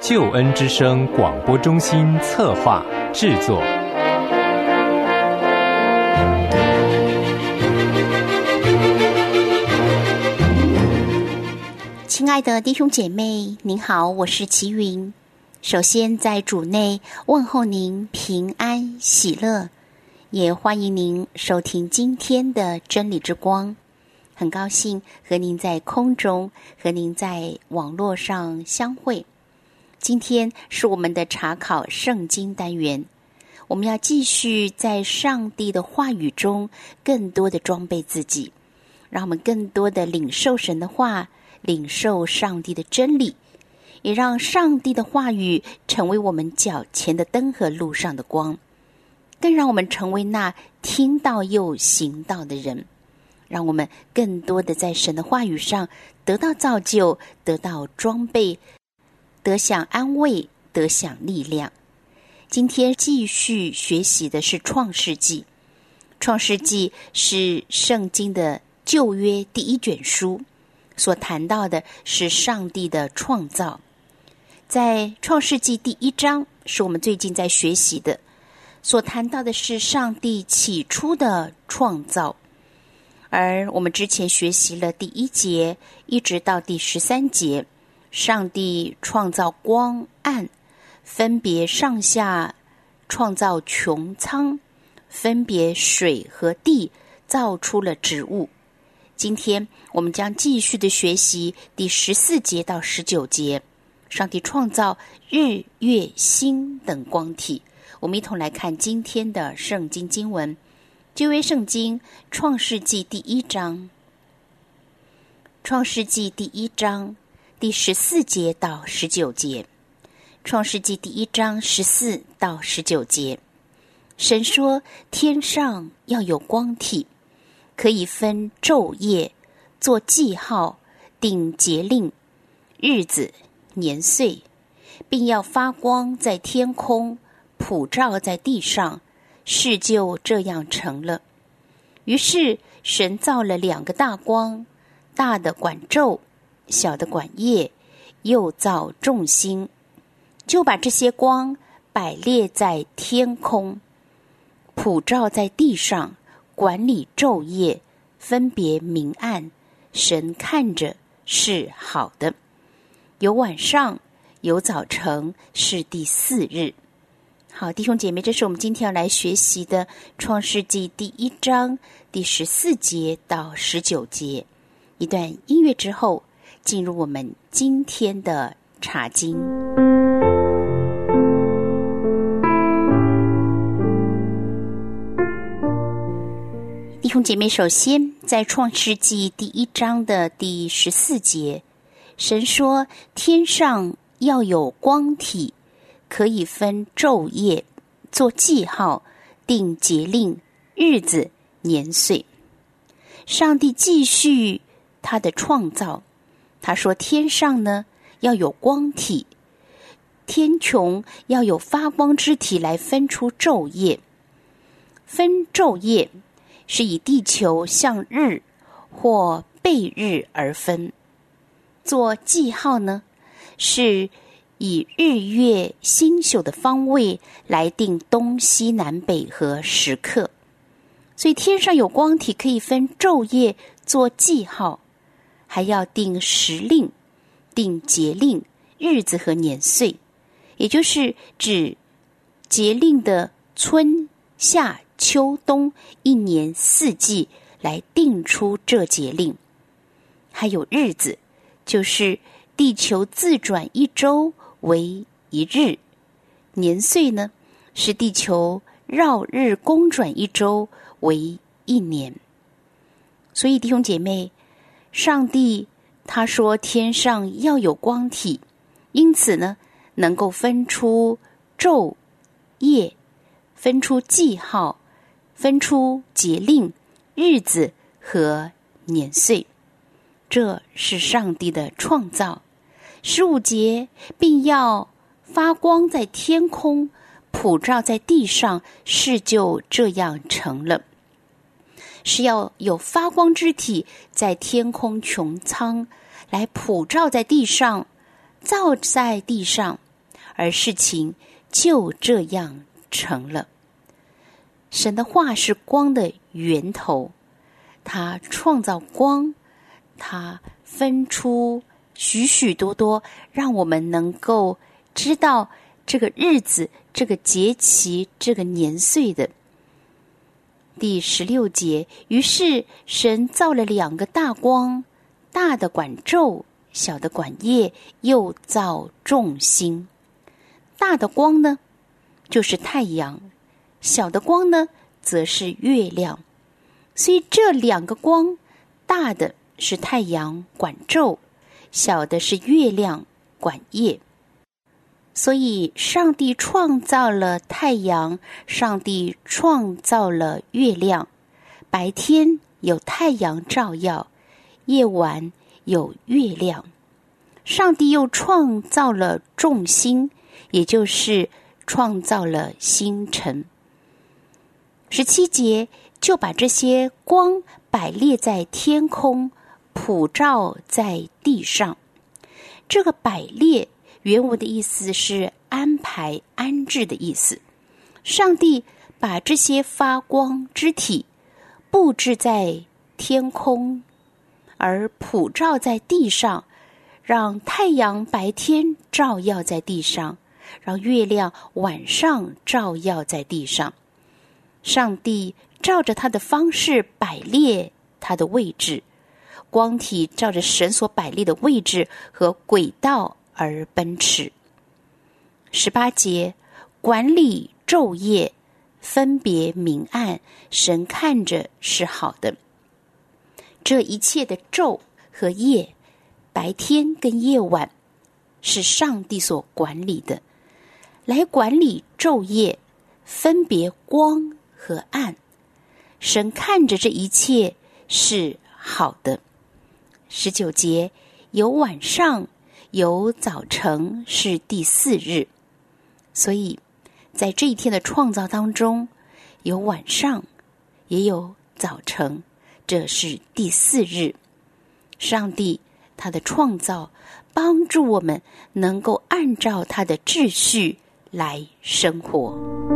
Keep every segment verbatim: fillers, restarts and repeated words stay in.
救恩之声广播中心策划制作。 亲爱的弟兄姐妹，您好，我是齐云。首先在主内问候您平安喜乐，也欢迎您收听今天的真理之光。很高兴和您在空中，和您在网络上相会。今天是我们的查考圣经单元，我们要继续在上帝的话语中更多的装备自己，让我们更多的领受神的话，领受上帝的真理，也让上帝的话语成为我们脚前的灯和路上的光，更让我们成为那听到又行道的人，让我们更多的在神的话语上得到造就，得到装备，得享安慰，得享力量。今天继续学习的是创世纪。创世纪是圣经的旧约第一卷书，所谈到的是上帝的创造。在创世纪第一章是我们最近在学习的，所谈到的是上帝起初的创造。而我们之前学习了第一节一直到第十三节，上帝创造光暗，分别上下创造穹苍，分别水和地，造出了植物。今天我们将继续的学习第十四节到十九节，上帝创造日月星等光体。我们一同来看今天的圣经经文，旧约圣经创世纪第一章，创世纪第一章第十四节到十九节。创世纪第一章十四到十九节，神说天上要有光体，可以分昼夜，做记号，定节令，日子年岁，并要发光在天空，普照在地上，事就这样成了。于是神造了两个大光，大的管昼，小的管夜，又造众星，就把这些光摆列在天空，普照在地上，管理昼夜，分别明暗。神看着是好的。有晚上，有早晨，是第四日。好，弟兄姐妹，这是我们今天要来学习的创世纪第一章第十四节到十九节。一段音乐之后，进入我们今天的查经。弟兄姐妹，首先在创世纪第一章的第十四节，神说天上要有光体，可以分昼夜，做记号，定节令，日子年岁。上帝继续他的创造，他说天上呢要有光体，天穹要有发光之体来分出昼夜。分昼夜是以地球向日或背日而分。做记号呢，是以日月星宿的方位来定东西南北和时刻。所以天上有光体可以分昼夜做记号，还要定时令，定节令，日子和年岁，也就是指节令的春夏秋冬一年四季来定出这节令。还有日子，就是地球自转一周为一日。年岁呢，是地球绕日公转一周为一年。所以弟兄姐妹，上帝他说天上要有光体，因此呢能够分出昼夜，分出记号，分出节令，日子和年岁。这是上帝的创造。十五节，并要发光在天空，普照在地上，事就这样成了。是要有发光之体在天空穹苍来普照在地上，造在地上， 而事情就这样成了。神的话是光的源头，他创造光，他分出许许多多让我们能够知道这个日子、这个节期、这个年岁的。第十六节，于是神造了两个大光，大的管昼，小的管夜，又造众星。大的光呢，就是太阳，小的光呢，则是月亮。所以这两个光，大的是太阳管昼，小的是月亮管夜。所以上帝创造了太阳，上帝创造了月亮，白天有太阳照耀，夜晚有月亮。上帝又创造了众星，也就是创造了星辰。十七节就把这些光摆列在天空，普照在地上。这个摆列原文的意思是安排、安置的意思。上帝把这些发光之体布置在天空，而普照在地上，让太阳白天照耀在地上，让月亮晚上照耀在地上。上帝照着他的方式摆列他的位置，光体照着神所摆列的位置和轨道而奔驰。十八节，管理昼夜，分别明暗，神看着是好的。这一切的昼和夜，白天跟夜晚，是上帝所管理的，来管理昼夜，分别光和暗。神看着这一切是好的。十九节，有晚上，有早晨，是第四日。所以在这一天的创造当中，有晚上，也有早晨，这是第四日。上帝他的创造帮助我们能够按照他的秩序来生活。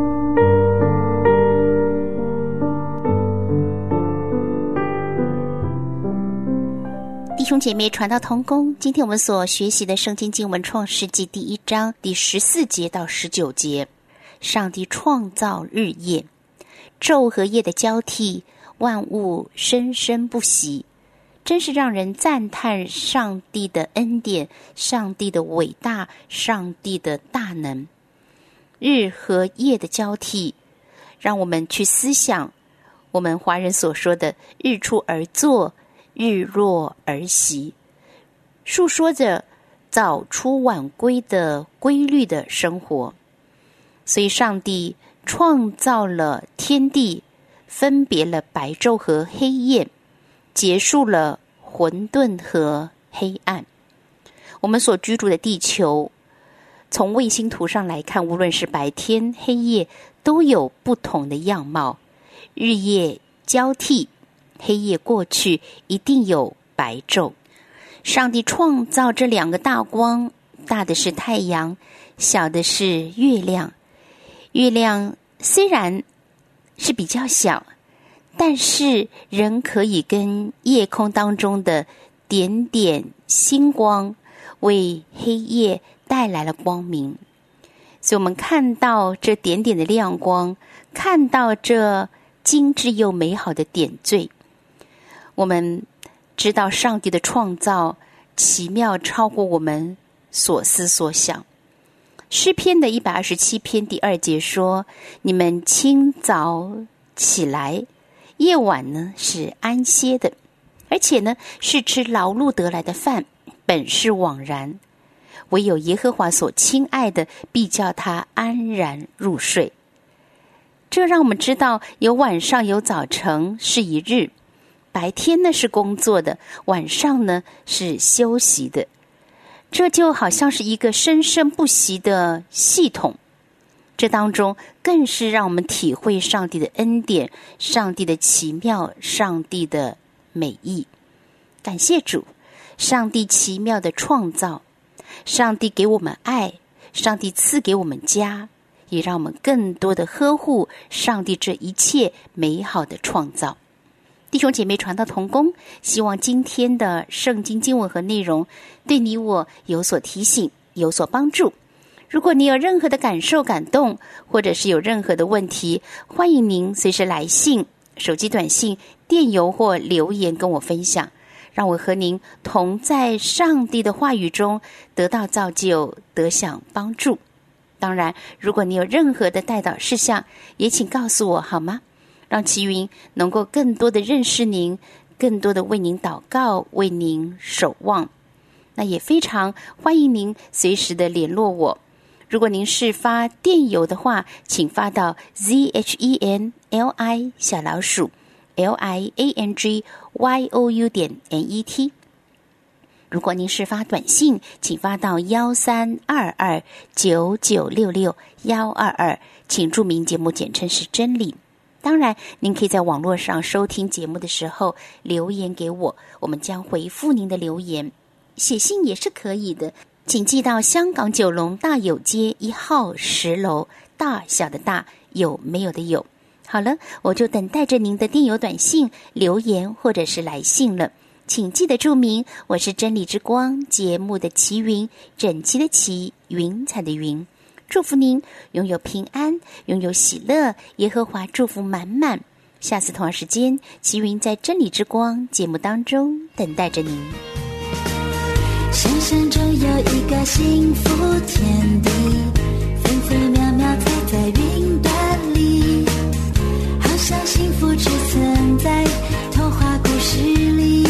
弟兄姐妹，传道同工，今天我们所学习的圣经经文创世纪第一章第十四节到十九节，上帝创造日夜，昼和夜的交替，万物生生不息，真是让人赞叹上帝的恩典，上帝的伟大，上帝的大能。日和夜的交替，让我们去思想我们华人所说的日出而作，日落而息，述说着早出晚归的规律的生活。所以上帝创造了天地，分别了白昼和黑夜，结束了混沌和黑暗。我们所居住的地球，从卫星图上来看，无论是白天黑夜，都有不同的样貌。日夜交替，黑夜过去，一定有白昼。上帝创造这两个大光，大的是太阳，小的是月亮。月亮虽然是比较小，但是仍可以跟夜空当中的点点星光为黑夜带来了光明。所以我们看到这点点的亮光，看到这精致又美好的点缀，我们知道上帝的创造奇妙超过我们所思所想。诗篇的一百二十七篇第二节说，你们清早起来，夜晚呢是安歇的，而且呢是吃劳碌得来的饭，本是枉然。唯有耶和华所亲爱的，必叫他安然入睡。这让我们知道，有晚上有早晨是一日，白天呢是工作的，晚上呢是休息的。这就好像是一个生生不息的系统。这当中更是让我们体会上帝的恩典，上帝的奇妙，上帝的美意。感谢主，上帝奇妙的创造，上帝给我们爱， 上帝赐给我们家，也让我们更多的呵护上帝这一切美好的创造。弟兄姐妹传道同工，希望今天的圣经经文和内容对你我有所提醒，有所帮助。如果你有任何的感受感动，或者是有任何的问题，欢迎您随时来信、手机短信、电邮或留言跟我分享，让我和您同在上帝的话语中得到造就，得享帮助。当然，如果你有任何的代祷事项，也请告诉我好吗？让齐云能够更多的认识您，更多的为您祷告，为您守望。那也非常欢迎您随时的联络我。如果您是发电邮的话，请发到 z h e n l i 小老鼠 l i a n g y o u 点 n e t。如果您是发短信，请发到幺三二二九九六六幺二二，请注明节目简称是真理。当然，您可以在网络上收听节目的时候留言给我，我们将回复您的留言。写信也是可以的，请寄到香港九龙大有街一号十楼，大小的大，有没有的有。好了，我就等待着您的电邮短信、留言或者是来信了。请记得注明我是真理之光节目的齐云，整齐的齐，云彩的云。祝福您拥有平安，拥有喜乐，耶和华祝福满满。下次同样时间，齐云在真理之光节目当中等待着您。 想象中有一个幸福天地，分分秒秒踩在云端里，好像幸福只存在童话故事里。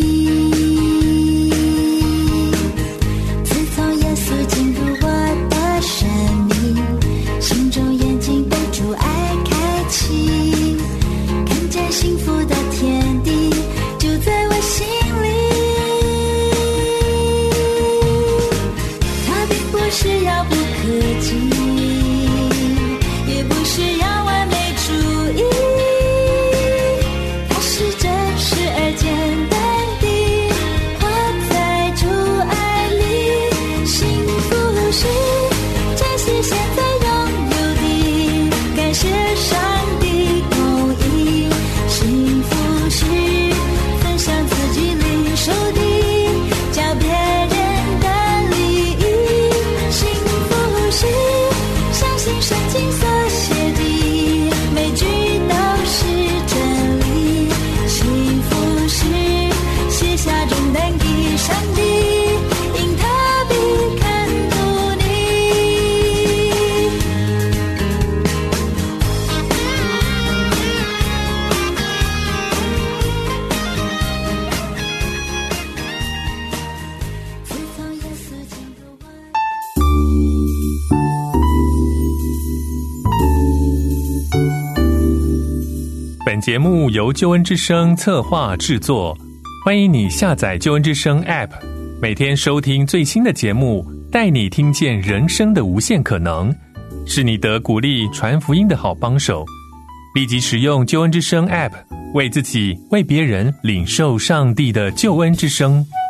自从耶稣进入我的生命，心中眼睛被主爱开启，看见幸福的天地就在我心里。它并不是遥不可及，也不是要完美主义，它是真实而简单地活在主爱里。幸福是珍惜现在拥有的，感谢上帝公义。幸福是分享自己领受的，教别人的利益。幸福是相信圣经所写的，每句都是真理。幸福是卸下重担给上帝，因他必看顾你。自从耶稣进入我本节目由救恩之声策划制作，欢迎你下载救恩之声 App， 每天收听最新的节目，带你听见人生的无限可能，是你得鼓励传福音的好帮手。立即使用救恩之声 App， 为自己为别人领受上帝的救恩之声。